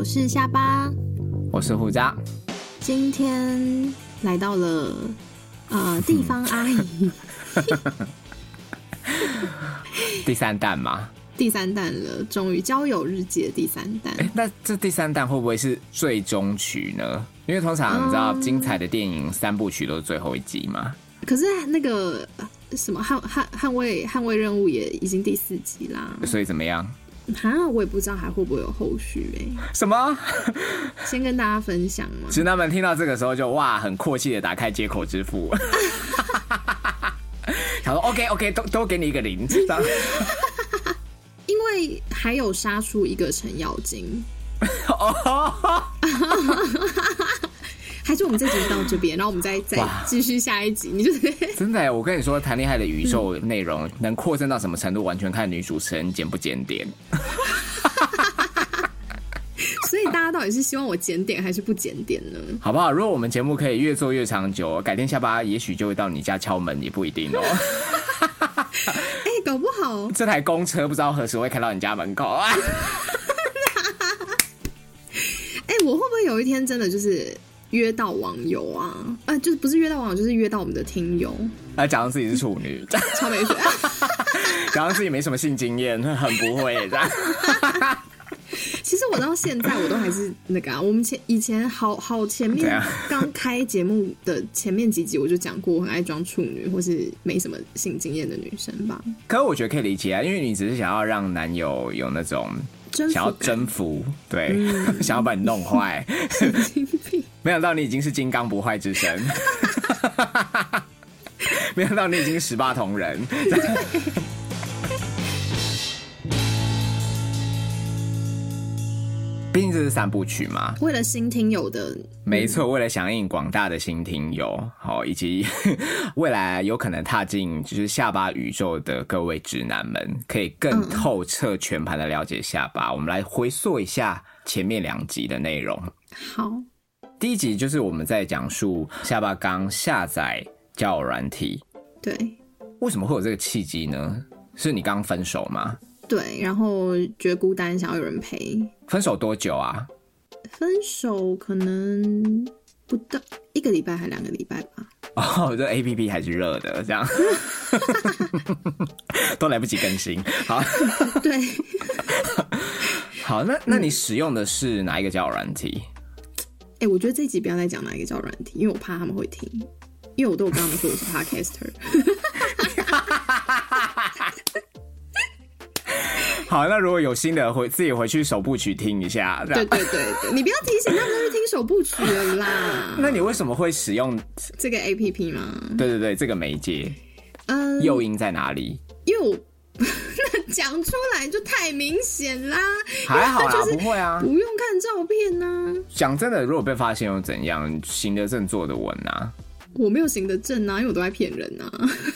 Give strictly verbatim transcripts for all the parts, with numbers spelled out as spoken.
是下巴， 我是胡渣。 今天来到了呃地方阿姨第三弹嘛， 第三弹了，终于交友日记的第三弹。 欸，那这第三弹会不会是最终曲呢？因为通常你知道，嗯、精彩的电影三部曲都是最后一集嘛。 可是那个什么捍捍捍卫捍卫任务也已经第四集啦， 所以怎么样？ 哈，我也不知道还会不会有后续哎、欸。 什么？ 先跟大家分享嘛。 直男们听到这个时候就哇，很阔气的打开接口支付。他说 OK OK， 都都给你一个零。 因为还有杀出一个程咬金。还是我们这集到这边，然后我们再再继续下一集。你就是真的耶，我跟你说，谈恋爱的宇宙内容能扩增到什么程度，完全看女主持人检不检点。 所以大家到底是希望我检点还是不检点呢？ 好不好？如果我们节目可以越做越长久，改天下巴也许就会到你家敲门，也不一定哦。 哎、欸，搞不好这台公车不知道何时会开到你家门口啊！ 哎、欸，我会不会有一天真的就是约到网友啊？呃，就是不是约到网友，就是约到我们的听友。 啊，假装自己是处女， 超没水。 假装自己没什么性经验，很不会这样。 其实我到现在我都还是那个啊，我们前以前好好前面刚开节目的前面几集我就讲过，我很爱装处女或是没什么性经验的女生吧。 可是我觉得可以理解啊，因为你只是想要让男友有那种想要征服，对，嗯、想要把你弄坏。没想到你已经是金刚不坏之身，没想到你已经十八铜人。毕竟这是三部曲嘛， 为了新听友的， 没错，为了响应广大的新听友，好，以及未来有可能踏进就是下巴宇宙的各位直男们，可以更透彻全盘的了解下巴。嗯、我们来回溯一下前面两集的内容。 好， 第一集就是我们在讲述下巴刚下载交友软体， 对， 为什么会有这个契机呢？是你刚分手吗？ 对，然后觉得孤单，想要有人陪。 分手多久啊？ 分手可能不到一个礼拜，还两个礼拜吧。 哦，这 A P P 还是热的，这样都来不及更新。好， 对， 好，那那你使用的是哪一个交友软体？ 哎、欸，我觉得这一集不要再讲哪一个交友软体，因为我怕他们会听，因为我都有跟他们说我是 Podcaster。 好，那如果有新的，回自己回去首部曲听一下。 对对对对，你不要提醒他们去听首部曲了啦。 那你为什么会使用这个 A P P 吗？ 对对对，这个媒介， 嗯， 诱因在哪里？ 因为我讲出来就太明显啦。 还好啦，不会啊， 不用看照片啊。 讲真的，如果被发现又怎样？行得正，坐得稳啊。 我没有行得正啊，因为我都在骗人啊。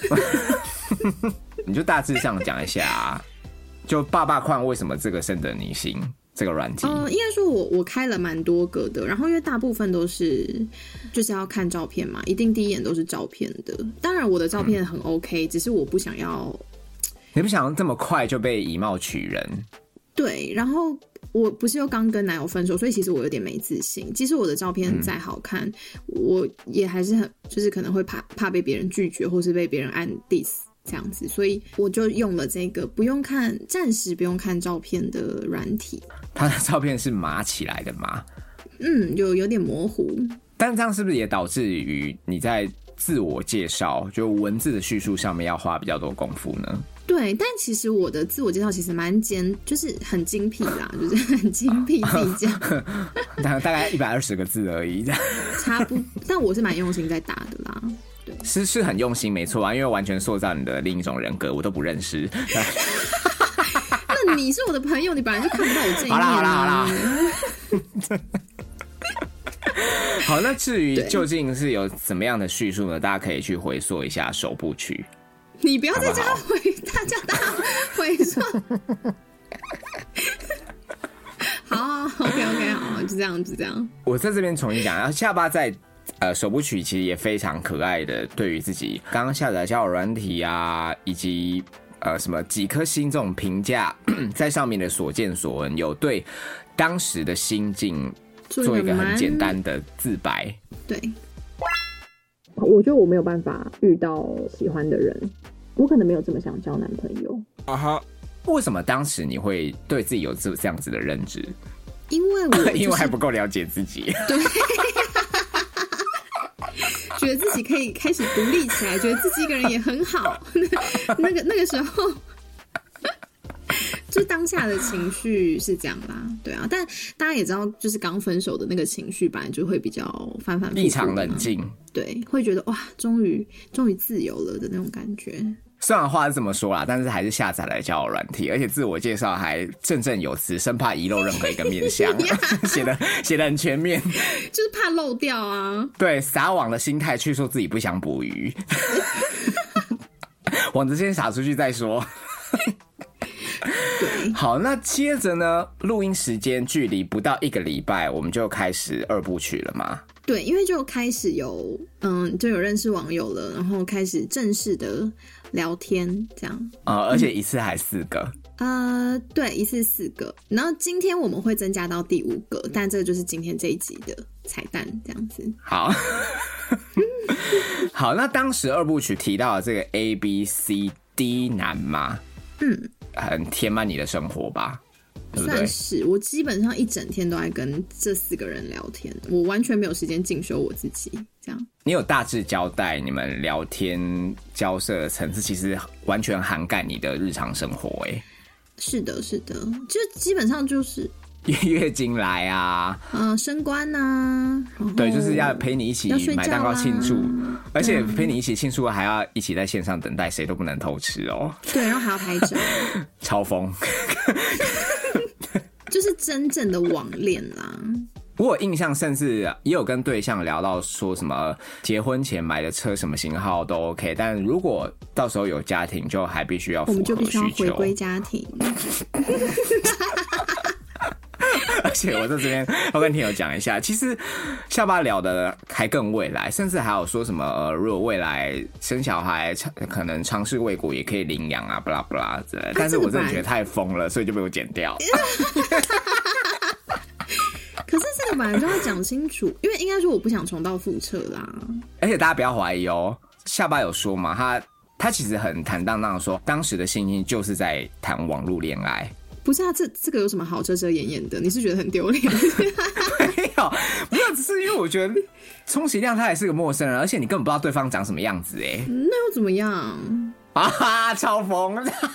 你就大致上讲一下啊。就爸爸框为什么这个深得你心？这个软体， 呃，应该说我我开了蛮多个的，然后因为大部分都是就是要看照片嘛，一定第一眼都是照片的。当然我的照片很 OK，、嗯、只是我不想要， 你不想要这么快就被以貌取人。对， 然后我不是又刚跟男友分手，所以其实我有点没自信。即使我的照片再好看，嗯、我也还是很就是可能会怕怕被别人拒绝，或是被别人按 diss。这样子，所以我就用了这个不用看，暂时不用看照片的软体。 他的照片是码起来的吗？ 嗯，有有点模糊。 但这样是不是也导致于你在自我介绍，就文字的叙述上面要花比较多功夫呢？ 对，但其实我的自我介绍其实蛮简，就是很精辟啦，就是很精辟自己讲， 大概一百二十个字而已， 差不，但我是蛮用心在打的啦。 是是很用心，没错啊，因为完全塑造你的另一种人格，我都不认识。 那你是我的朋友，你本来就看不到我这一面啊。 好啦好啦好啦。好，那至于究竟是有怎么样的叙述呢？大家可以去回溯一下首部曲。 你不要再叫他回，他叫他回溯。好 ，OK OK， 好，就这样，就这样。 我在这边重新讲，然后下巴在。呃，首部曲其实也非常可爱的，对于自己刚刚下载交友软体啊，以及呃什么几颗星这种评价，在上面的所见所闻，有对当时的心境做一个很简单的自白。 对， 我觉得我没有办法遇到喜欢的人，我可能没有这么想交男朋友。 啊哈，为什么当时你会对自己有这这样子的认知？ 因为我、就是、 因为还不够了解自己。 对。觉得自己可以开始独立起来，觉得自己一个人也很好。那个那个时候，就当下的情绪是这样啦，对啊。但大家也知道，就是刚分手的那个情绪，本来就会比较反反复复， 异常冷静， 对，会觉得哇，终于终于自由了的那种感觉。 虽然话是这么说啦，但是还是下载了交友软体，而且自我介绍还振振有词，生怕遗漏任何一个面向，写的写的很全面， 就是怕漏掉啊。 对，撒网的心态去说自己不想捕鱼，网子先撒出去再说。 对， 好，那接着呢，录音时间距离不到一个礼拜，我们就开始二部曲了嘛？ 对，因为就开始有嗯，就有认识网友了，然后开始正式的聊天，这样。 呃，而且一次还四个。 嗯、呃，对，一次四个。然后今天我们会增加到第五个，但这个就是今天这一集的彩蛋，这样子。 好，好，那当时二部曲提到的这个 A B C D 男吗？嗯，很填满你的生活吧？对不对？ 算是，我基本上一整天都在跟这四个人聊天，我完全没有时间进修我自己。这样， 你有大致交代你们聊天交涉的层次，其实完全涵盖你的日常生活。哎，是的，是的，就基本上就是月经来啊， 嗯、呃，升官啊， 对，就是要陪你一起买蛋糕庆祝，而且陪你一起庆祝还要一起在线上等待，谁都不能偷吃哦。 对，然后还要拍照， 超疯。 就是真正的网恋啦。 我有印象，甚至也有跟对象聊到说什么结婚前买的车什么型号都 OK， 但如果到时候有家庭，就还必须要符合需求， 我们就必须要回归家庭。 而且我在这边要跟听友讲一下，其实下巴聊的还更未来，甚至还有说什么、呃、如果未来生小孩可能尝试未果也可以领养啊，不啦不啦之类的。但是我真的觉得太疯了，所以就被我剪掉。 可是这个本来就要讲清楚，因为应该说我不想重蹈覆辙啦。 而且大家不要怀疑哦，下巴有说嘛，他他其实很坦荡荡的说，当时的心情就是在谈网络恋爱。 不是啊，这这个有什么好遮遮掩掩的？你是觉得很丢脸？ 没有，没有，只是因为我觉得充其量他也是个陌生人，而且你根本不知道对方长什么样子哎、 嗯。那又怎么样？ 啊，超疯！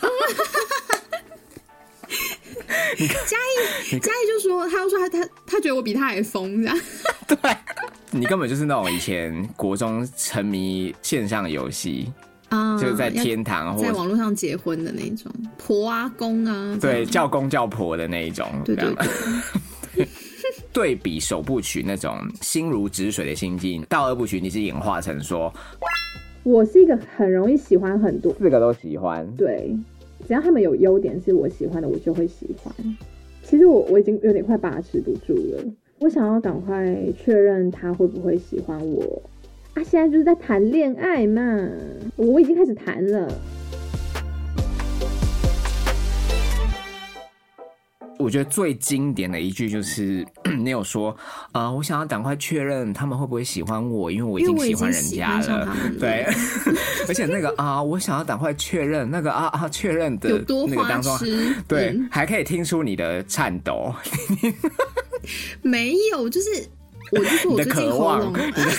嘉义，嘉义就说，他就说他他他觉得我比他还疯，这样。 对，你根本就是那种以前国中沉迷线上游戏。啊、就是在天堂或在网络上结婚的那种婆啊公啊， 对，叫公叫婆的那一种， 对对对。 对比首部曲那种心如止水的心境，到二部曲你是演化成说， 我是一个很容易喜欢很多， 四个都喜欢， 对，只要他们有优点是我喜欢的，我就会喜欢。其实我我已经有点快把持不住了，我想要赶快确认他会不会喜欢我。啊，现在就是在谈恋爱嘛，我已经开始谈了。 我觉得最经典的一句就是你有说啊、呃，我想要赶快确认他们会不会喜欢我，因为我已经喜欢人家了。了对，而且那个啊，我想要赶快确认那个啊啊确认的那个当中，对、嗯，还可以听出你的颤抖。 没有，就是我就说我最近喉咙。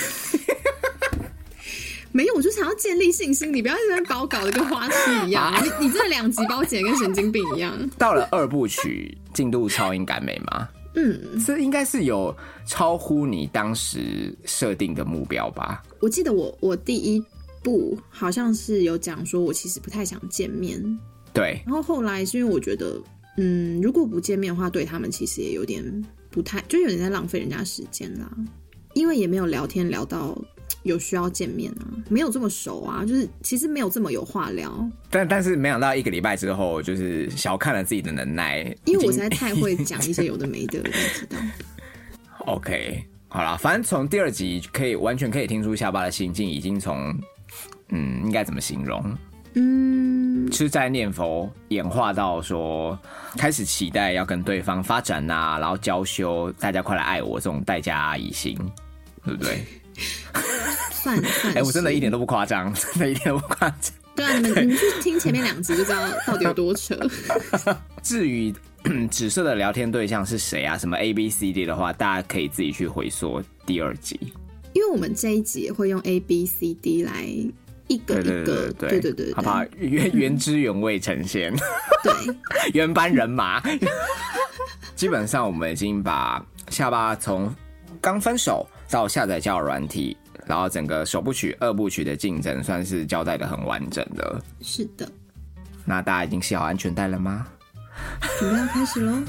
没有，我就想要建立信心，你不要一直把我搞得跟花痴一样。啊、你你这两集把我剪得跟神经病一样。 到了二部曲，进度超英赶美吗？嗯，这应该是有超乎你当时设定的目标吧？ 我记得我我第一部好像是有讲说，我其实不太想见面。 对， 然后后来是因为我觉得，嗯，如果不见面的话，对他们其实也有点不太，就有点在浪费人家时间啦。因为也没有聊天聊到有需要见面啊，没有这么熟啊，就是其实没有这么有话聊。 但但是没想到一个礼拜之后，就是小看了自己的能耐， 因为我实在太会讲一些有的没的，你知道。 OK， 好啦，反正从第二集可以完全可以听出下巴的心境已经从嗯，应该怎么形容？ 嗯， 吃斋念佛演化到说开始期待要跟对方发展啊，然后娇羞，大家快来爱我这种待嫁阿姨型，对不对？ 算算哎、欸，我真的一点都不夸张，真的一点都不夸张。 对啊，你们你们去听前面两集就知道到底有多扯。 至于紫色的聊天对象是谁啊？什么 A B C D 的话，大家可以自己去回溯第二集， 因为我们这一集也会用 A B C D 来一个一个，对对 对, 对, 对好不好？原原汁原味呈现， 对， 原班人马。基本上我们已经把下巴从刚分手到下载交友软体，然后整个首部曲、二部曲的进程算是交代的很完整的。 是的。 那大家已经系好安全带了吗？ 准备要开始咯。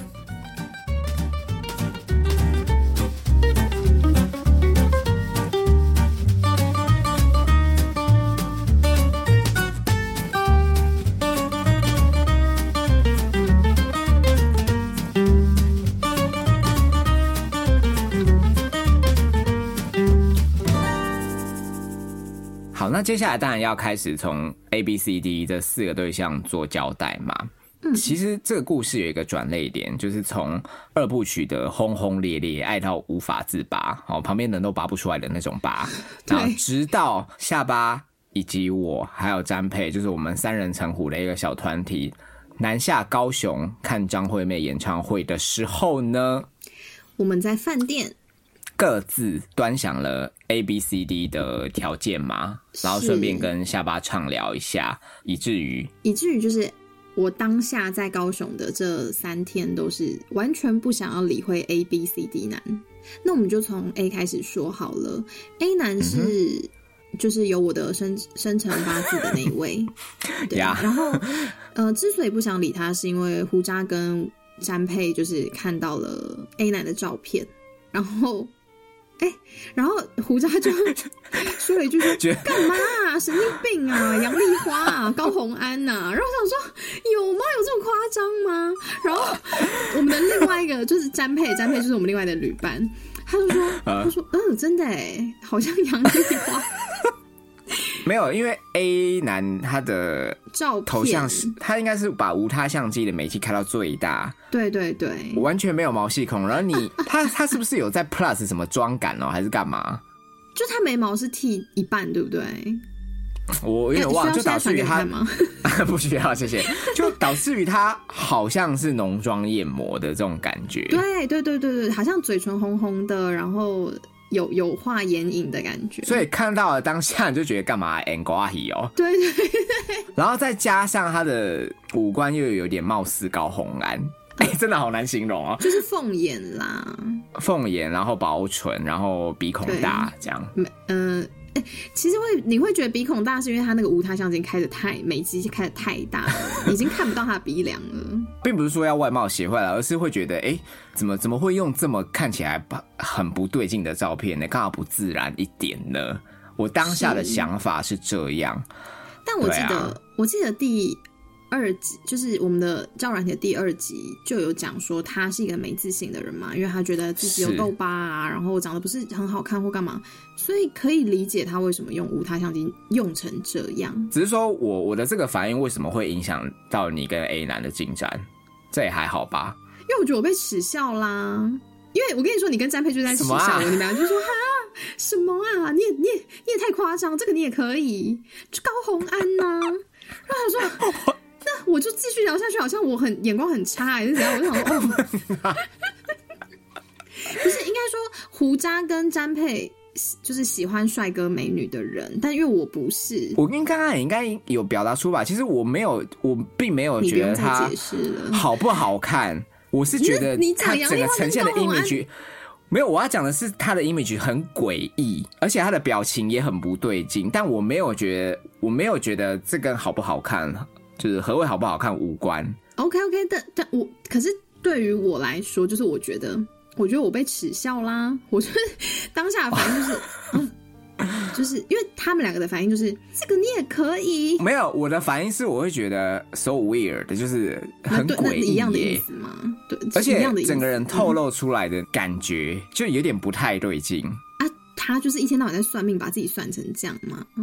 好，那接下来当然要开始从 A B C D 这四个对象做交代嘛。嗯，其实这个故事有一个转捩点，就是从二部曲的轰轰烈烈爱到无法自拔，哦，旁边人都拔不出来的那种拔，然后直到下巴以及我还有詹佩，就是我们三人成虎的一个小团体南下高雄看张惠妹演唱会的时候呢， 我们在饭店各自端详了 A B C D 的条件嘛，然后顺便跟下巴畅聊一下，以至于以至于就是我当下在高雄的这三天都是完全不想要理会 A B C D 男。那我们就从 A 开始说好了。A 男是、嗯、就是有我的生生辰八字的那一位，对。Yeah. 然后呃，之所以不想理他，是因为胡渣跟詹佩就是看到了 A 男的照片，然后。哎、欸，然后胡渣就说了一句说：“干嘛啊？神经病啊！杨丽花啊，高虹安啊。”然后我想说，有吗？有这么夸张吗？然后我们的另外一个就是詹佩，詹佩就是我们另外的旅伴，他就说：“他说，嗯、呃，真的哎，好像杨丽花。” 没有，因为 A 男他的照头像是他应该是把无他相机的美肌开到最大， 对对对， 完全没有毛细孔。然后你他他是不是有在 Plus 什么妆感哦，还是干嘛？ 就他眉毛是剃一半，对不对？ 我有点忘，就导致于他不需要，谢谢。就导致于他好像是浓妆艳抹的这种感觉， 对对对对对，好像嘴唇红红的，然后。有有画眼影的感觉， 所以看到了当下你就觉得干嘛 ？N 瓜希哦， 对对对， 然后再加上他的五官又有点貌似高虹安，哎、欸，真的好难形容哦， 就是凤眼啦， 凤眼，然后薄唇，然后鼻孔大这样， 嗯、呃。欸、其实会你会觉得鼻孔大，是因为他那个无他相机开的太美肌开的太大了，已经看不到他的鼻梁了。 并不是说要外貌协会了，而是会觉得，哎、欸，怎么怎么会用这么看起来很不对劲的照片呢？刚好不自然一点呢。我当下的想法是这样， 但我记得、 啊、 我记得第二集就是我们的交友软体的第二集就有讲说他是一个没自信的人嘛，因为他觉得自己有痘疤啊，然后长得不是很好看或干嘛，所以可以理解他为什么用无他相机用成这样。 只是说我我的这个反应为什么会影响到你跟 A 男的进展？这也还好吧， 因为我觉得我被耻笑啦。因为我跟你说，你跟詹佩就在耻笑我，啊、你们俩就说哈什么啊？你也你也你也太夸张，这个你也可以，就高虹安呐、啊。然后他说。那我就继续聊下去，好像我很眼光很差还是怎样？我就想说，哦，不是应该说胡渣跟詹佩就是喜欢帅哥美女的人，但因为我不是， 我跟刚刚也应该有表达出吧。其实我没有，我并没有觉得他好不好看，我是觉得他整个呈现的 image。没有，我要讲的是他的 image 很诡异，而且他的表情也很不对劲。但我没有觉得，我没有觉得这跟好不好看。就是何谓好不好看无关。 OK OK， 但但我可是对于我来说，就是我觉得，我觉得我被耻笑啦。我就是当下的反应就是，嗯，就是因为他们两个的反应就是这个你也可以。 没有，我的反应是我会觉得 so weird， 就是很诡异耶， 一样的意思吗？对， 而且整个人透露出来的感觉、嗯、就有点不太对劲啊。他就是一天到晚在算命，把自己算成这样吗？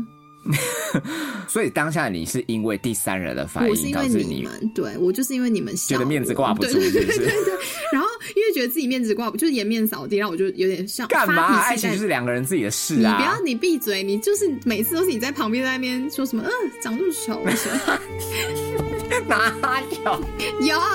所以当下你是因为第三人的反应导致你， 我是因为你们，对我就是因为你们笑觉得面子挂不住，是不是？ 对对对对对。然后因为觉得自己面子挂不，就是颜面扫地，然后我就有点像干嘛？ 爱情就是两个人自己的事啊！ 你不要，你闭嘴！你就是每次都是你在旁边在那边说什么，嗯、呃，长这么丑什么？ 哪有？ 有。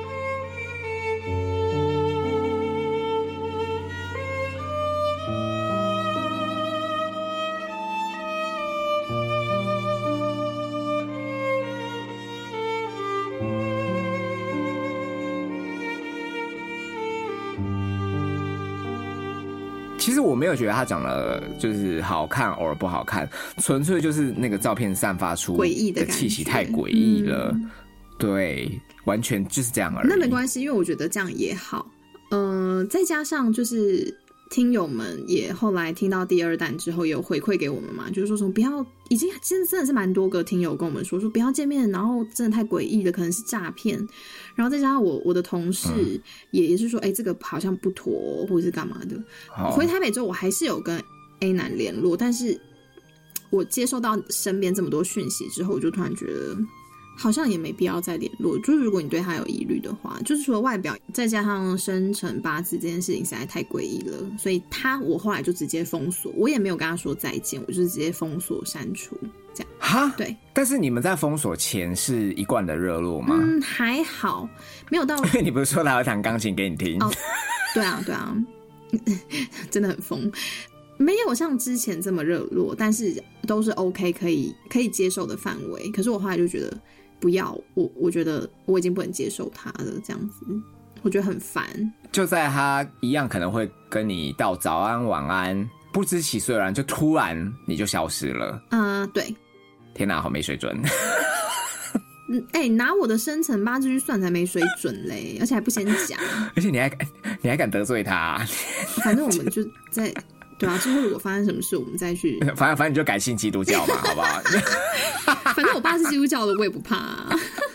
其实我没有觉得他长得就是好看偶尔不好看，纯粹就是那个照片散发出诡异的气息太诡异了、嗯，对，完全就是这样而已。 那没关系，因为我觉得这样也好。嗯、呃，再加上就是听友们也后来听到第二弹之后有回馈给我们嘛，就是说什么不要，已经真的真的是蛮多个听友跟我们说说不要见面，然后真的太诡异了，可能是诈骗。然后再加上我我的同事也也是说，哎、嗯欸，这个好像不妥，或者是干嘛的。回台北之后，我还是有跟 A 男联络，但是我接受到身边这么多讯息之后，我就突然觉得好像也没必要再联络。就是如果你对他有疑虑的话，就是除了外表，再加上生辰八字这件事情实在太诡异了，所以他我后来就直接封锁，我也没有跟他说再见，我就是直接封锁删除这样。 哈， 对。 但是你们在封锁前是一贯的热络吗？ 嗯，还好，没有到。 因为你不是说他会弹钢琴给你听？ 哦，对啊，对啊，真的很疯。没有像之前这么热络，但是都是 OK 可以可以接受的范围。可是我后来就觉得不要，我我觉得我已经不能接受他了，这样子我觉得很烦。 就在他一样可能会跟你道早安晚安，不知其所以然，就突然你就消失了。 嗯、呃，对。 天哪，好没水准！ 哎、欸，拿我的生辰八字去算才没水准嘞，而且还不先讲， 而且你还敢你还敢得罪他、啊？ 反正我们就在对啊，之后如果发生什么事，我们再去。 反正反正你就改信基督教嘛，好不好？ 反正我爸是基督教的，我也不怕、啊。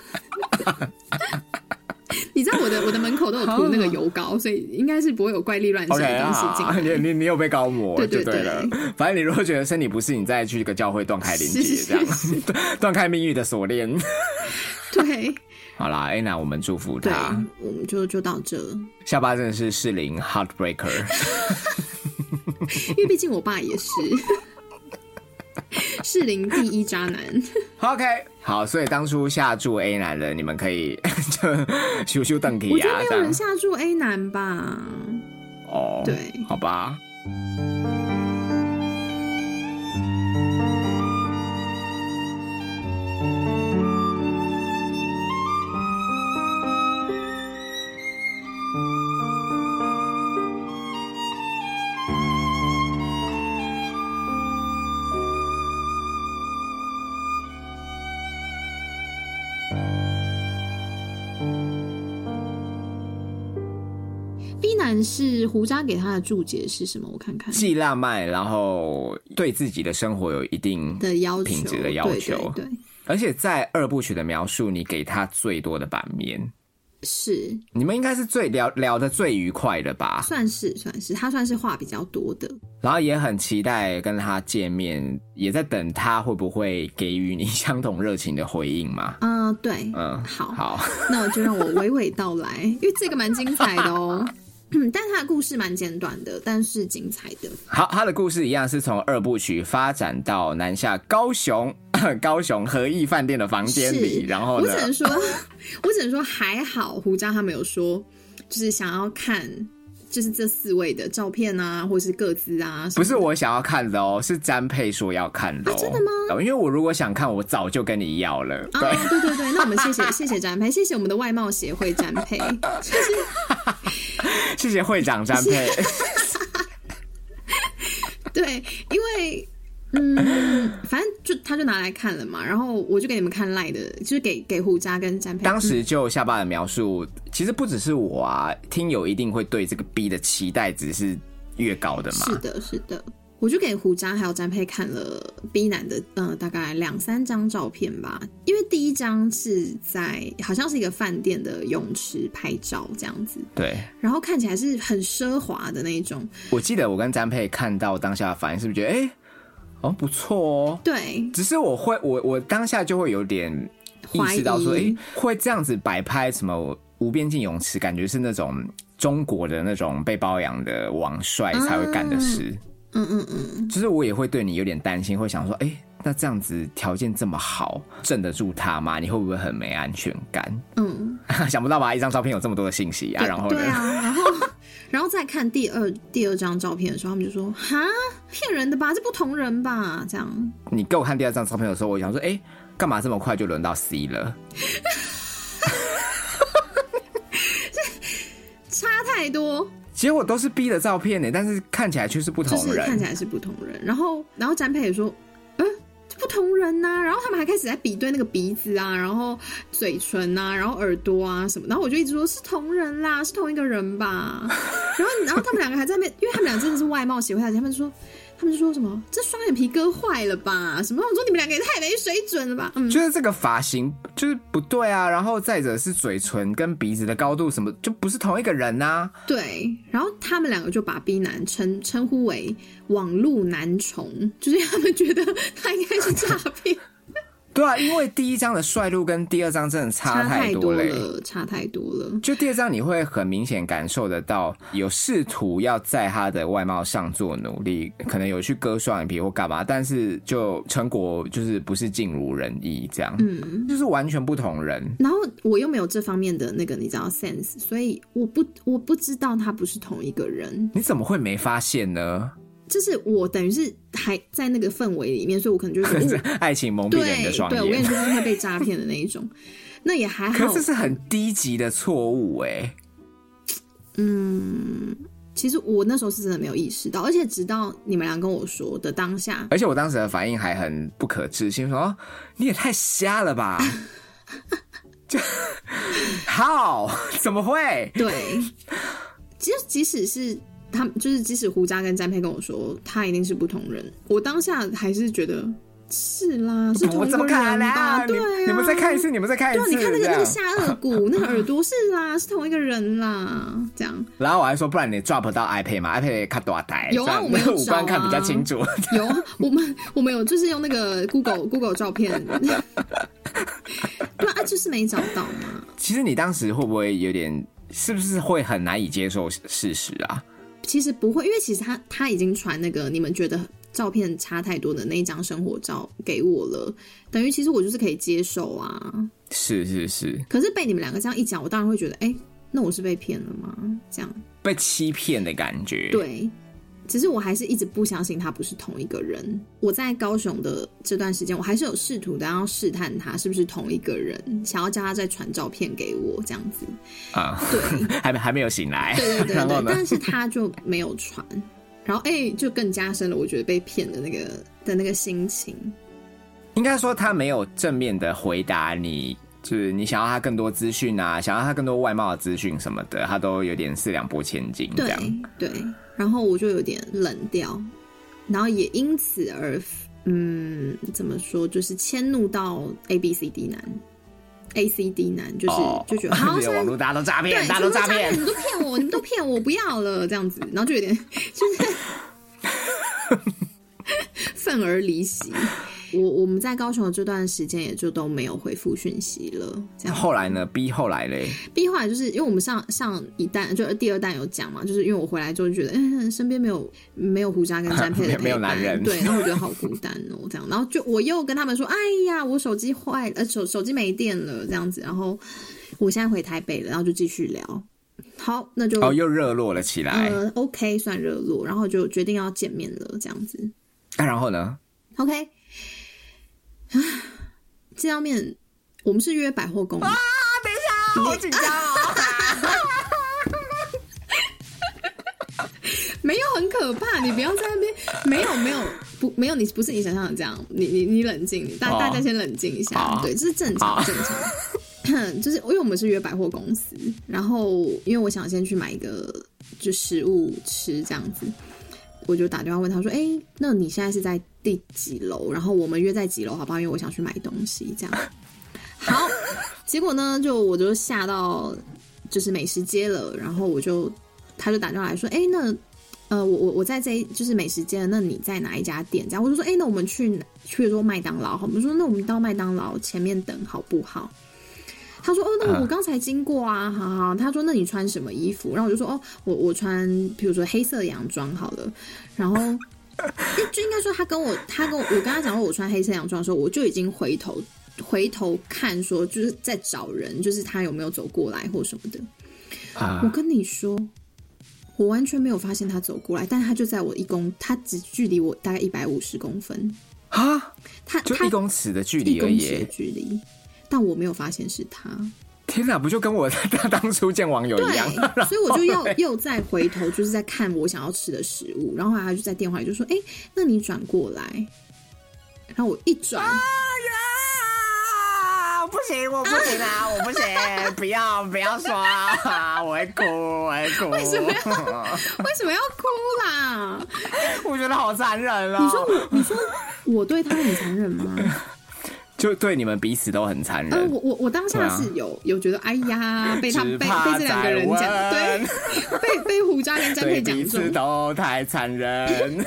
你知道我的我的门口都有涂那个油膏，所以应该是不会有怪力乱神的东西进来。 Okay, 你你你有被高抹， 对对对, 对, 对了。反正你如果觉得身体不适，你再去一个教会断开连结，这样断开命运的锁链。 对， 好啦 ，Anna， 我们祝福他。 我们就就到这。 下巴真的是适龄 heartbreaker， 因为毕竟我爸也是。适龄第一渣男。 OK， 好，所以当初下注 A 男的，你们可以就咻咻瞪起啊。 我觉得没有人下注 A 男吧？ 哦， 对， 好吧。 B 男是胡渣给他的注解是什么？我看看， 既浪漫，然后对自己的生活有一定的要求、 品质的要求， 对对对， 而且在二部曲的描述，你给他最多的版面， 是你们应该是最聊聊得最愉快的吧？ 算是算是，他算是话比较多的， 然后也很期待跟他见面，也在等他会不会给予你相同热情的回应嘛？ 嗯、呃，对， 嗯， 好， 好， 那我就让我娓娓道来，因为这个蛮精彩的哦。嗯，但他的故事蛮简短的，但是精彩的。 好，他的故事一样是从二部曲发展到南下高雄高雄和义饭店的房间里，然后呢， 我只能说，我只能说还好，胡渣他们有说，就是想要看。就是这四位的照片啊，或是个资啊， 不是我想要看的哦，是詹佩说要看的哦。 啊、真的吗？ 因为我如果想看，我早就跟你要了。对、 哦、对对对，那我们谢谢谢谢詹佩，谢谢我们的外贸协会詹佩， 谢谢会长詹佩。 对，因为。嗯，反正就他就拿来看了嘛，然后我就给你们看赖的，就是给给胡渣跟詹佩。 当时就下巴的描述，其实不只是我啊，听友一定会对这个 B 的期待值是越高的嘛。 是的，是的，我就给胡渣还有詹佩看了 B 男的，呃，大概两三张照片吧。因为第一张是在好像是一个饭店的泳池拍照这样子， 对， 然后看起来是很奢华的那种。 我记得我跟詹佩看到当下的反应，是不是觉得哎？欸哦，不错哦。 对， 只是我会，我我当下就会有点意识到说，哎、欸，会这样子摆拍什么无边境泳池，感觉是那种中国的那种被包养的王帅才会干的事。 嗯嗯嗯， 就是我也会对你有点担心，会想说，哎、欸，那这样子条件这么好，镇得住他吗？你会不会很没安全感？嗯，想不到吧？一张照片有这么多的信息啊，然后呢？ 对啊，然后。然后再看第二第二张照片的时候，他们就说：“哈，骗人的吧，这不同人吧？”这样。 你给我看第二张照片的时候，我想说：“哎、欸，干嘛这么快就轮到 C 了？” 差太多。 结果都是 B 的照片呢，但是看起来却是不同人， 就是看起来是不同人。然后，然后詹佩也说：“嗯、呃，不同人呐、啊。”然后他们还开始在比对那个鼻子啊，然后嘴唇啊，然后耳朵啊什么。然后我就一直说是同人啦，是同一个人吧。然后，然后他们两个还在那边，因为他们俩真的是外貌协会，他们就说，他们就说什么这双眼皮割坏了吧？什么？我说你们两个也太没水准了吧？嗯， 就是这个发型就是不对啊。然后再者是嘴唇跟鼻子的高度什么，就不是同一个人啊。 对，然后他们两个就把 B 男称称呼为网路男虫，就是他们觉得他应该是诈骗。 对啊，因为第一张的帅度跟第二张真的差太多了、欸， 差太多了，差太多了。 就第二张你会很明显感受得到，有试图要在他的外貌上做努力，可能有去割双眼皮或干嘛，但是就成果就是不是尽如人意，这样，嗯，就是完全不同人。 然后我又没有这方面的那个你知道 sense， 所以我不我不知道他不是同一个人。 你怎么会没发现呢？ 就是我等于是还在那个氛围里面，所以我可能就会觉得、哦、 爱情蒙蔽人的双眼。 对，我跟你说就是会被诈骗的那一种。那也还好， 可是这是很低级的错误哎。 嗯，其实我那时候是真的没有意识到，而且直到你们俩跟我说的当下， 而且我当时的反应还很不可置信，说、哦、你也太瞎了吧。就好怎么会？ 对，其实即使是。他就是即使胡渣跟詹佩跟我说他一定是不同人，我当下还是觉得是啦，是同一个人吧？对啊， 你们再看一次，你们再看一次。 对，你看那个那个下颚骨，那个耳朵是啦，是同一个人啦，这样。 然后我还说，不然你 drop 到 iPad 嘛 ，iPad 看多台。 有啊，我们有找啊， 五官看比较清楚。 有啊，我们我们有就是用那个 Google Google 照片。对啊，就是没找到嘛。 其实你当时会不会有点，是不是会很难以接受事实啊？ 其实不会，因为其实他他已经传那个你们觉得照片差太多的那一张生活照给我了，等于其实我就是可以接受啊。 是是是。 可是被你们两个这样一讲，我当然会觉得，哎、欸，那我是被骗了吗？这样被欺骗的感觉。 对。只是我还是一直不相信他不是同一个人。我在高雄的这段时间，我还是有试图的要试探他是不是同一个人，想要叫他再传照片给我这样子啊。 对，还没还没有醒来。 对对对对，但是他就没有传，然后哎、欸，就更加深了我觉得被骗的那个的那个心情。 应该说他没有正面的回答你。就是你想要他更多资讯啊，想要他更多外貌的资讯什么的，他都有点四两拨千斤这样。 对对，然后我就有点冷掉，然后也因此而嗯，怎么说，就是迁怒到 A B C D 男 A C D 男，就是、哦、就觉得好， 网络大家都诈骗，大家都诈骗， 你们都骗我，你们都骗我，不要了这样子，然后就有点就是愤而离席。我我们在高雄的这段时间也就都没有回复讯息了。这样后来呢 ？B 后来嘞 ？B 后来就是因为我们上上一弹就第二弹有讲嘛，就是因为我回来之后就觉得，哎，身边没有没有胡渣跟詹佩的陪伴， 没有男人， 对，然后我觉得好孤单哦，这样，然后就我又跟他们说，哎呀，我手机坏了，呃，手手机没电了，这样子，然后我现在回台北了，然后就继续聊。好，那就哦又热络了起来。 呃 ，OK， 算热络，然后就决定要见面了，这样子。 啊，然后呢 ？OK。见到面，我们是约百货公司。 啊！等一下，好紧张哦！ 没有很可怕，你不要在那边。没有没有不没有，你不是你想象的这样。你你你冷静，大、哦、大家先冷静一下。对，这是正常正常。就是因为我们是约百货公司，然后因为我想先去买一个就食物吃这样子。我就打电话问他说：“哎、欸，那你现在是在第几楼？然后我们约在几楼，好不好？因为我想去买东西，这样。”好，结果呢，就我就下到就是美食街了，然后我就他就打电话来说：“哎、欸，那呃，我我我在这就是美食街，那你在哪一家店？这样我就说，哎、欸，那我们去，去如说麦当劳好，我们说那我们到麦当劳前面等好不好？他说，哦，那我刚才经过啊，好好。他说，那你穿什么衣服？然后我就说，哦，我我穿，比如说黑色洋装好了。然后就应该说，他跟我，他跟我，我跟他讲说我穿黑色洋装的时候，我就已经回头回头看说，就是在找人，就是他有没有走过来或什么的。啊、我跟你说。我完全没有发现他走过来，但他就在我一公，他只距离我大概一百五十公分啊， 他就一公尺的距离而已，一公尺的距离，但我没有发现是他。 天哪，不就跟我当初见网友一样？ 对，所以我就又又再回头，就是在看我想要吃的食物，然后他就在电话里就说：“哎、欸，那你转过来。”然后我一转。啊不行，我不行啊！我不行，不要不要说啊！我会哭，我会哭。 为什么要为什么要哭啦？ 我觉得好残忍啊！ 你说我，你说我对他很残忍吗？ 就对你们彼此都很残忍。 呃、我我我当下是有、啊、有觉得，哎呀，被他被被这两个人讲，对，被被胡渣跟詹佩讲中， 对彼此都太残忍。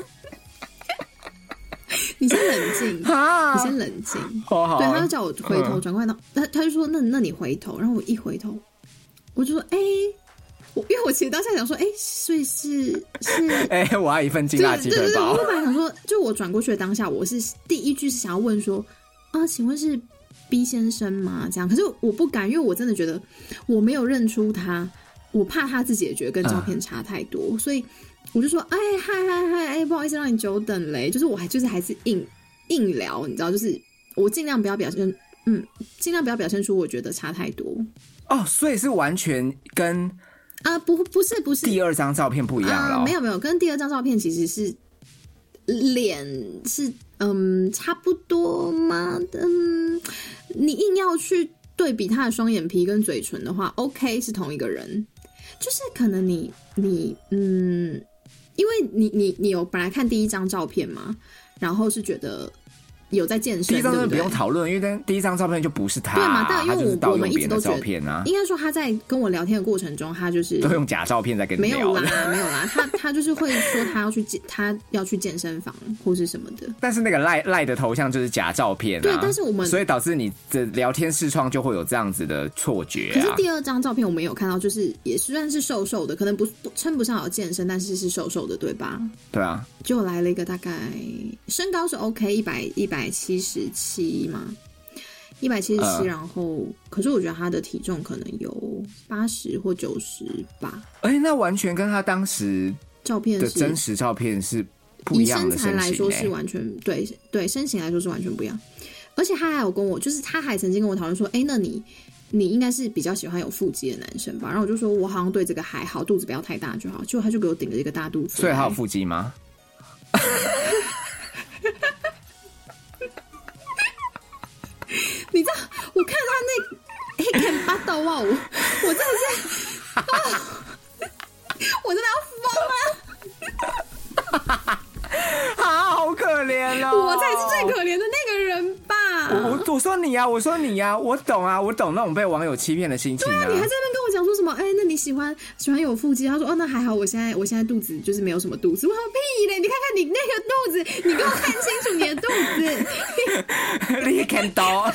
你先冷静，你先冷静。 好好， 对，他就叫我回头转过来，他、嗯、他就说：“那那你回头。”然后我一回头，我就说：“哎、欸，我因为我其实当下想说，哎、欸，所以是是， 哎、欸，我要一份劲辣鸡腿包。” 我本来想说，就我转过去的当下，我是第一句是想要问说：“啊，请问是 B 先生吗？”这样，可是我不敢，因为我真的觉得我没有认出他，我怕他自己也觉得跟照片差太多，嗯、所以。我就说，哎，嗨嗨嗨，哎，不好意思让你久等嘞。就是我还就是还是硬硬聊，你知道，就是我尽量不要表现，嗯，尽量不要表现出我觉得差太多。 哦，所以是完全跟啊、呃、不不是不是第二张照片不一样了、哦呃。没有没有，跟第二张照片其实是脸是嗯差不多吗？嗯，你硬要去对比他的双眼皮跟嘴唇的话 ，OK 是同一个人，就是可能你你嗯。因为你你你有本来看第一张照片嘛，然后是觉得有在健身， 第一张照片不用讨论，因为第一张照片就不是他， 对嘛？但因为我我们一直都觉得， 应该说他在跟我聊天的过程中，他就是都用假照片在跟你聊， 没有啦，没有啦，他他就是会说他要去健，他要去健身房或是什么的。 但是那个赖赖的头像就是假照片、啊， 对，但是我们所以导致你的聊天视窗就会有这样子的错觉、啊。 可是第二张照片我们有看到，就是也虽然是瘦瘦的，可能不称不上有健身，但是是瘦瘦的，对吧？ 对啊， 就来了一个大概身高是 OK 一百一百七十七嘛，一百七十七，然后可是我觉得他的体重可能有八十或九十吧。 哎、欸，那完全跟他当时照片的真实照片是不一样的身形、欸。 以身材来说是完全对对身形来说是完全不一样，而且他还有跟我，就是他还曾经跟我讨论说，哎、欸，那你你应该是比较喜欢有腹肌的男生吧？然后我就说我好像对这个还好，肚子不要太大就好。结果他就给我顶了一个大肚子， 所以他有腹肌吗？ 你知道，我看他那黑看巴豆啊，我我真的是，哦、我真的要疯了！ 啊，好可怜哦！ 我才是最可怜的那个人吧？ 我我我说你啊，我说你啊，我懂啊，我懂那种被网友欺骗的心情啊！ 对啊，你还在那边跟我讲说什么？哎、欸，那你喜欢喜欢有腹肌？他说哦，那还好，我现在我现在肚子就是没有什么肚子。我说屁嘞！你看看你那个肚子，你给我看清楚你的肚子。 你看到？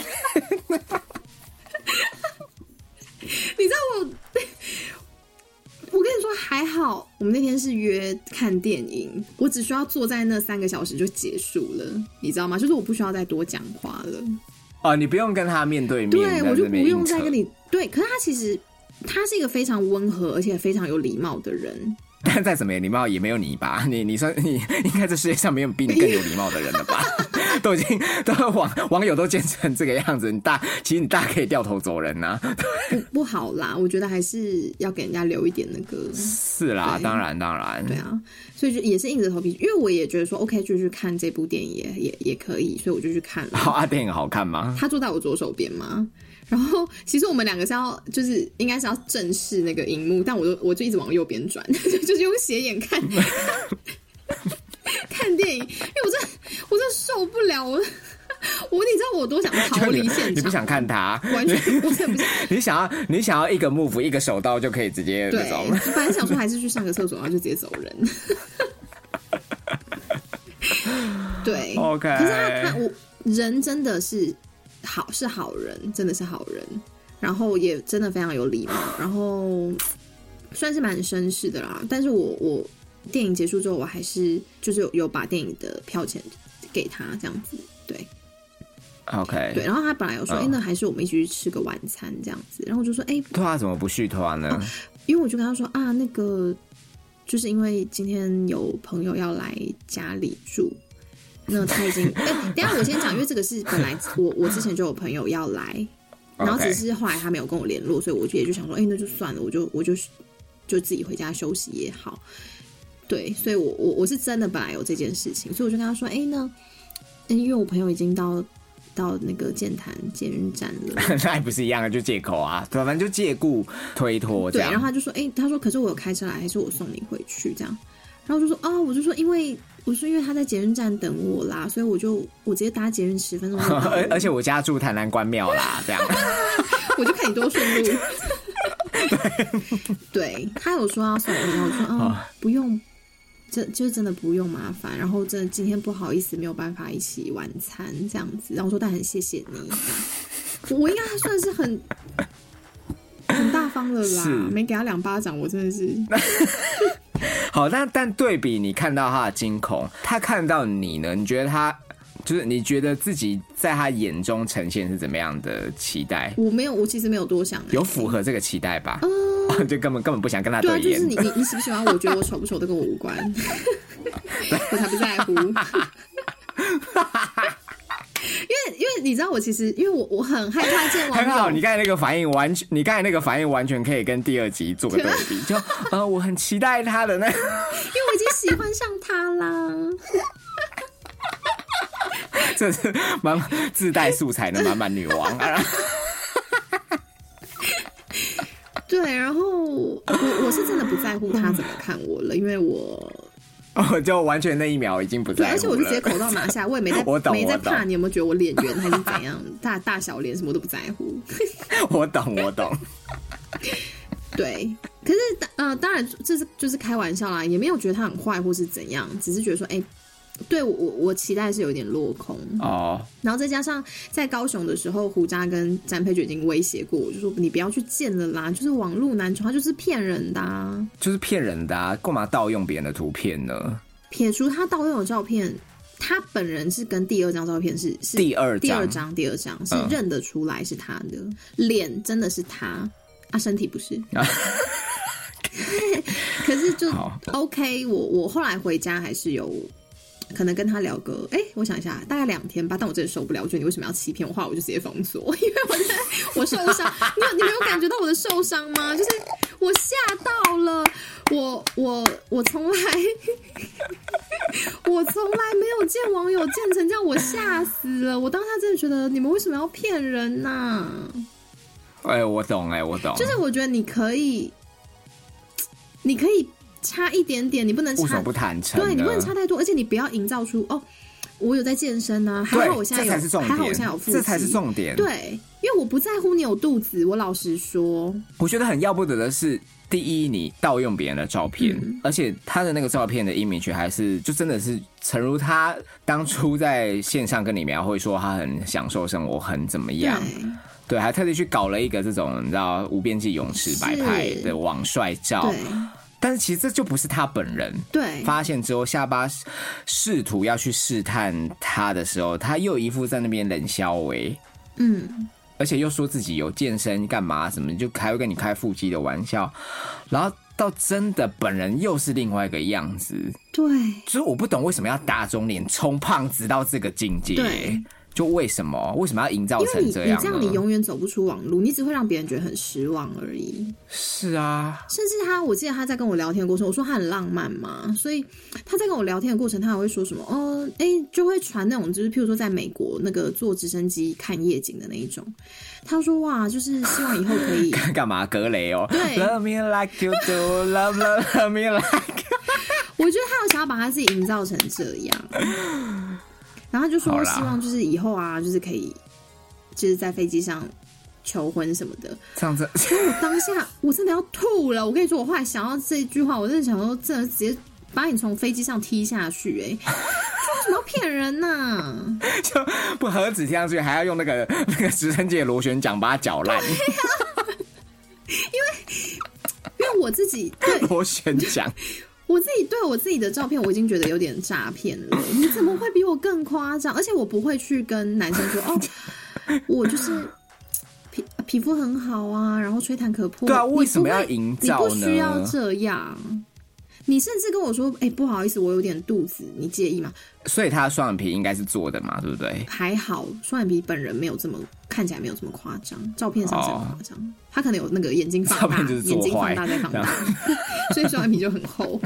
你知道我，我跟你说还好，我们那天是约看电影，我只需要坐在那三个小时就结束了，你知道吗？就是我不需要再多讲话了。 哦，你不用跟他面对面， 对，我就不用再跟你对。可是他其实他是一个非常温和而且非常有礼貌的人。 但再怎么有礼貌也没有你吧？你你说你应该这世界上没有比你更有礼貌的人了吧？都已经都网网友都见成这个样子，你大其实你大可以掉头走人呐、啊。 不不好啦，我觉得还是要给人家留一点那个。 是啦，当然当然， 对啊，所以就也是硬着头皮，因为我也觉得说 OK 就去看这部电影也也也可以，所以我就去看了。 好啊，电影好看吗？ 他坐在我左手边吗？然后其实我们两个是要就是应该是要正视那个荧幕，但我就我就一直往右边转，就是用斜眼看看电影，因为我真的我真的受不了，我我你知道我多想逃离现场， 你不想看他， 完全我真的不想。 你想要你想要一个 move 一个手刀就可以直接那种。 对，本来想说还是去上个厕所，然后就直接走人。对 ，OK。 可是他他我人真的是好，是好人，真的是好人，然后也真的非常有礼貌，然后算是蛮绅士的啦。但是我我电影结束之后，我还是就是有有把电影的票钱给他这样子，对。 OK， 对，然后他本来有说，哎、嗯欸，那还是我们一起去吃个晚餐这样子，然后我就说，哎、欸， 对啊，怎么不续拖呢、哦？ 因为我就跟他说啊，那个就是因为今天有朋友要来家里住，那他已经，哎、欸，等一下我先讲，因为这个是本来我我之前就有朋友要来，然后只是后来他没有跟我联络，所以我就也就想说，哎、欸，那就算了，我就我就就自己回家休息也好。对，所以我我我是真的本来有这件事情，所以我就跟他说，哎、欸，那因为我朋友已经到。到那个剑潭捷运站了， 那还不是一样的，就借口啊，反正就借故推脱这样。 对，然后他就说，哎、欸，他说，可是我有开车来，还是我送你回去这样？然后我就说，哦，我就说，因为我说因为他在捷运站等我啦，所以我就我直接搭捷运十分钟就到了。 而且我家住台南关庙啦，这样。 我就看你多顺路。对，他有说要送我，然后我说，哦，不用。这就是真的不用麻烦，然后真的今天不好意思没有办法一起晚餐这样子，然后说但很谢谢你，我应该还算是很很大方的啦，没给他两巴掌，我真的是。 好，但但对比你看到他的惊恐，他看到你呢？你觉得他就是你觉得自己在他眼中呈现是怎么样的期待？ 我没有，我其实没有多想、欸，有符合这个期待吧？ 嗯就根本根本不想跟他对眼。 对啊，就是你你你喜不喜欢我？觉得我丑不丑都跟我无关，我才不在乎。因为因为你知道我其实因为我我很害怕见网友。 很好，你刚才那个反应完全，你刚才那个反应完全可以跟第二集做个对比，就呃我很期待他的那，因为我已经喜欢上他啦。 这是满自带素材的满满女王。 对，然后我我是真的不在乎他怎么看我了，因为我哦，就完全那一秒已经不在乎了， 对，而且我就直接口罩拿下，我也没在我懂没在怕你有没有觉得我脸圆还是怎样，大大小脸什么都不在乎。 我懂，我懂。 对，可是呃，当然这是就是开玩笑啦，也没有觉得他很坏或是怎样，只是觉得说，哎、欸。对我我期待是有点落空哦，然后再加上在高雄的时候，胡渣跟詹佩珏已经威胁过我，就说你不要去见了啦，就是网路男宠，他就是骗人的、啊， 就是骗人的啊，干嘛盗用别人的图片呢？ 撇除他盗用的照片，他本人是跟第二张照片是是第二第二张第二张是认得出来是他的、嗯、脸，真的是他啊，身体不是。可是就 OK， 我我后来回家还是有。可能跟他聊个，哎、欸，我想一下，大概两天吧。但我真的受不了，我觉得你为什么要欺骗我？后来我就直接封锁，因为我真的我受伤。你有你没有感觉到我的受伤吗？就是我吓到了，我我我从来我从来没有见网友见成这样，我吓死了。我当时真的觉得你们为什么要骗人呐、啊？ 哎、欸，我懂，哎、欸，我懂。 就是我觉得你可以，你可以。差一点点，你不能差， 为什么不坦诚？ 对，你不能差太多，而且你不要营造出哦，我有在健身啊，还好我现在有，还好我现在有腹肌， 这才是重点。 对，因为我不在乎你有肚子，我老实说， 我觉得很要不得的是，第一，你盗用别人的照片、嗯，而且他的那个照片的 image 还是就真的是，诚如他当初在线上跟你描绘说他很享受生活，很怎么样。对，还特地去搞了一个这种你知道无边际泳池摆拍的网帅照。但是其实这就不是他本人。 对， 发现之后，下巴试图要去试探他的时候，他又一副在那边冷笑为，嗯，而且又说自己有健身干嘛什么，就还会跟你开腹肌的玩笑，然后到真的本人又是另外一个样子。 对， 所以我不懂为什么要打肿脸充胖子到这个境界。 对。 就为什么为什么要营造成这样呢？ 因为你你这样你永远走不出网路，你只会让别人觉得很失望而已。 是啊， 甚至他，我记得他在跟我聊天的过程，我说他很浪漫嘛，所以他在跟我聊天的过程，他还会说什么哦，哎，就会传那种就是譬如说在美国那个坐直升机看夜景的那一种。他说哇，就是希望以后可以干嘛格雷哦？ 对 ，Love me like you do, love love love me like 。 我觉得他有想要把他自己营造成这样。 然后他就说希望就是以后啊，就是可以就是在飞机上求婚什么的。 这样子， 所以我当下我真的要吐了。我跟你说，我后来想到这句话，我真的想说，真的直接把你从飞机上踢下去、欸，哎，为什么要骗人呢、啊？ 就不何止踢上去，还要用那个那个直升机的螺旋桨把它搅烂。 因为因为我自己对螺旋桨。 我自己对我自己的照片，我已经觉得有点诈骗了。你怎么会比我更夸张？而且我不会去跟男生说哦，我就是皮皮肤很好啊，然后吹弹可破。 对啊，为什么要营造呢？ 你不需要这样。你甚至跟我说：“哎、欸，不好意思，我有点肚子，你介意吗？” 所以他双眼皮应该是做的嘛，对不对？还好，双眼皮本人没有这么看起来没有这么夸张，照片上是很夸张。Oh. 他可能有那个眼睛放大，眼睛放大再放大，所以双眼皮就很厚。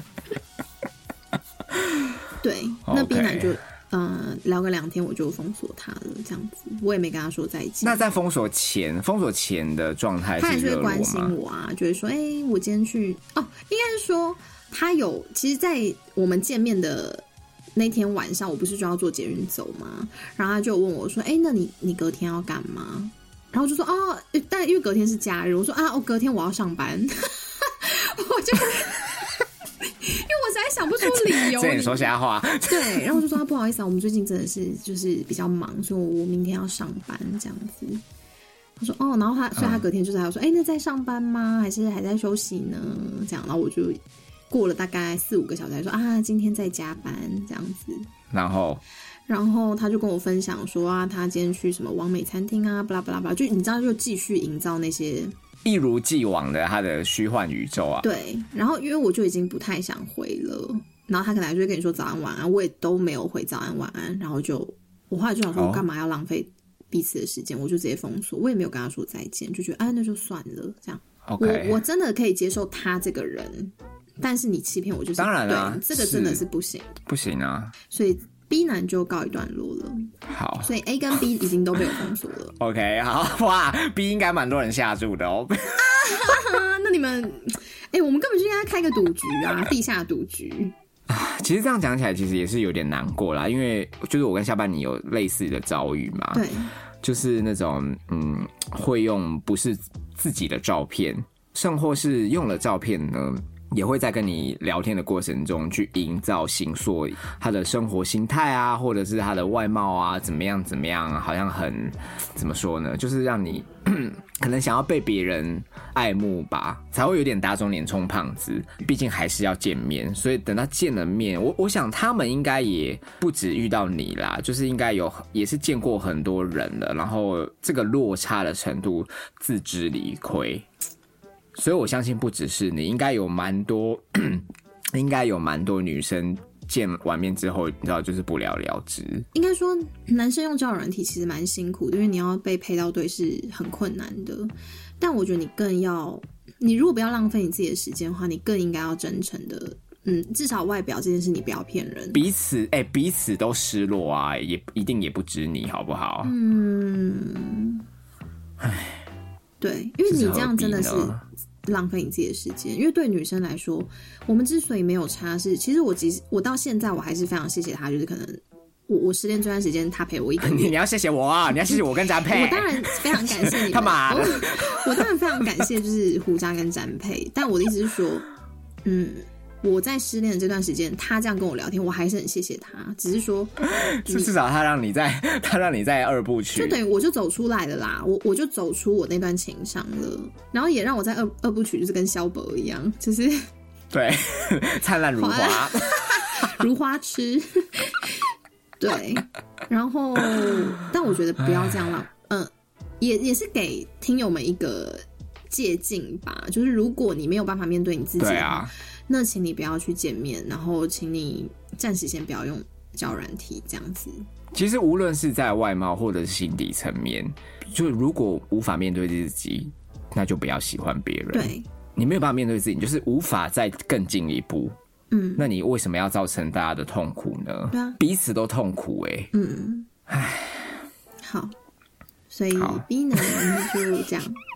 对，那 B 男就、okay. 呃聊个两天，我就封锁他了，这样子，我也没跟他说再见。 那在封锁前，封锁前的状态， 他还是会关心我啊，就会说：“哎、欸，我今天去哦，应该是说。”他有，其实，在我们见面的那天晚上，我不是就要坐捷运走吗？然后他就问我说：“哎、欸，那你你隔天要干嘛？”然后我就说：“哦，但因为隔天是假日，我说啊，我隔天我要上班。”我就因为我实在想不出理由， 这你说瞎话。 对，然后我就说、啊：“不好意思啊，我们最近真的是就是比较忙，所以我明天要上班这样子。”他说：“哦，然后他所以他隔天就是还有说：‘哎、欸，那在上班吗？还是还在休息呢？’这样，然后我就。过了大概四五个小时，才说啊，今天在加班这样子。 然后， 然后他就跟我分享说啊，他今天去什么网美餐厅啊，巴拉巴拉巴拉，就你知道，就继续营造那些一如既往的他的虚幻宇宙啊。 对，然后因为我就已经不太想回了，然后他可能就会跟你说早安晚安，我也都没有回早安晚安，然后就我后来就想说，我干嘛要浪费彼此的时间，我就直接封锁，我也没有跟他说再见，就觉得啊，那就算了，这样。 Okay. 我我真的可以接受他这个人。但是你欺骗我就是当然啦， 对，这个真的是不行， 不行啊。 所以 B 男就告一段落了。 好， 所以 A 跟 B 已经都被我封锁了。 OK， 好哇 ，B 应该蛮多人下注的哦。 啊，那你们，哎、欸，我们根本就应该开个赌局啊，地下赌局。 其实这样讲起来，其实也是有点难过啦，因为就是我跟下半你有类似的遭遇嘛。 对， 就是那种嗯，会用不是自己的照片，甚或是用了照片呢。也会在跟你聊天的过程中去营造形塑他的生活形态啊，或者是他的外貌啊，怎么样怎么样，好像很怎么说呢，就是让你可能想要被别人爱慕吧，才会有点打肿脸充胖子，毕竟还是要见面，所以等到见了面，我我想他们应该也不止遇到你啦，就是应该有也是见过很多人了，然后这个落差的程度自知理亏。所以我相信不只是你，应该有蛮多应该有蛮多女生见完面之后，你知道就是不了了之。 应该说男生用交友软体其实蛮辛苦的，因为你要被配到对是很困难的，但我觉得你更要，你如果不要浪费你自己的时间的话，你更应该要真诚的，嗯，至少外表这件事你不要骗人，彼此哎、欸，彼此都失落啊，也一定也不止你好不好？ 嗯，唉，对，因为你这样真的是浪费你自己的时间，因为对女生来说，我们之所以没有差是，其实我其实我到现在我还是非常谢谢他，就是可能我我失恋这段时间他陪我一个月， 你你要谢谢我啊，你要谢谢我跟詹佩， 我当然非常感谢你， 干嘛？ 我, 我当然非常感谢就是胡渣跟詹佩，但我的意思是说，嗯。我在失恋的这段时间，他这样跟我聊天，我还是很谢谢他。只是说， 至少他让你在，他让你在二部曲， 就等于我就走出来了啦。我我就走出我那段情伤了，然后也让我在二二部曲就是跟萧伯一样，就是对灿烂如花， 如花痴。对，然后但我觉得不要这样啦，嗯，也也是给听友们一个借鉴吧。就是如果你没有办法面对你自己， 对啊。 那请你不要去见面，然后请你暂时先不要用交友软体这样子。 其实无论是在外貌或者是心理层面，就如果无法面对自己，那就不要喜欢别人。 对， 你没有办法面对自己，你就是无法再更进一步。 嗯， 那你为什么要造成大家的痛苦呢？ 对啊， 彼此都痛苦哎、欸。 嗯，唉，好，所以 B 呢就这样。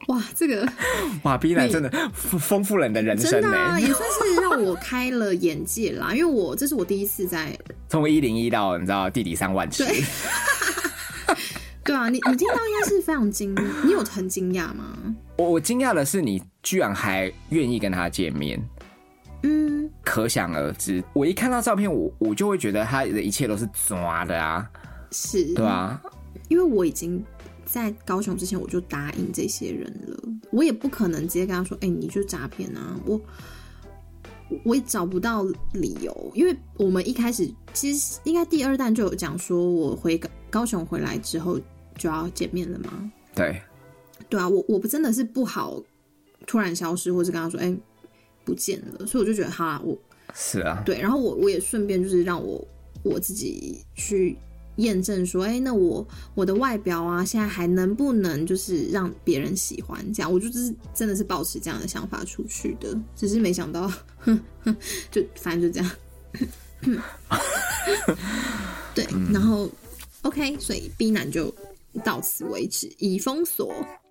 哇，这个哇 ，B 男真的丰富了你的人生呢、欸， 啊、也算是让我开了眼界啦。因为我这是我第一次在从一零一到你知道地底三万尺。 对，对啊，你你听到应该是非常惊，你有很惊讶吗？ 我我惊讶的是你居然还愿意跟他见面。 嗯， 可想而知，我一看到照片，我我就会觉得他的一切都是抓的啊， 是， 对啊， 因为我已经在高雄之前我就答应这些人了，我也不可能直接跟他说，哎、欸，你就是诈骗啊，我我也找不到理由，因为我们一开始其实应该第二弹就有讲说，我回高雄回来之后就要见面了嘛， 对， 对啊，我我不真的是不好突然消失，或是跟他说，哎、欸。不见了，所以我就觉得哈，我是啊， 对，然后我我也顺便就是让我我自己去验证说，哎、欸，那我我的外表啊，现在还能不能就是让别人喜欢？这样，我就是真的是抱持这样的想法出去的，只是没想到，哼哼，就反正就这样，对，然后 OK， 所以 B 男就到此为止，已封锁。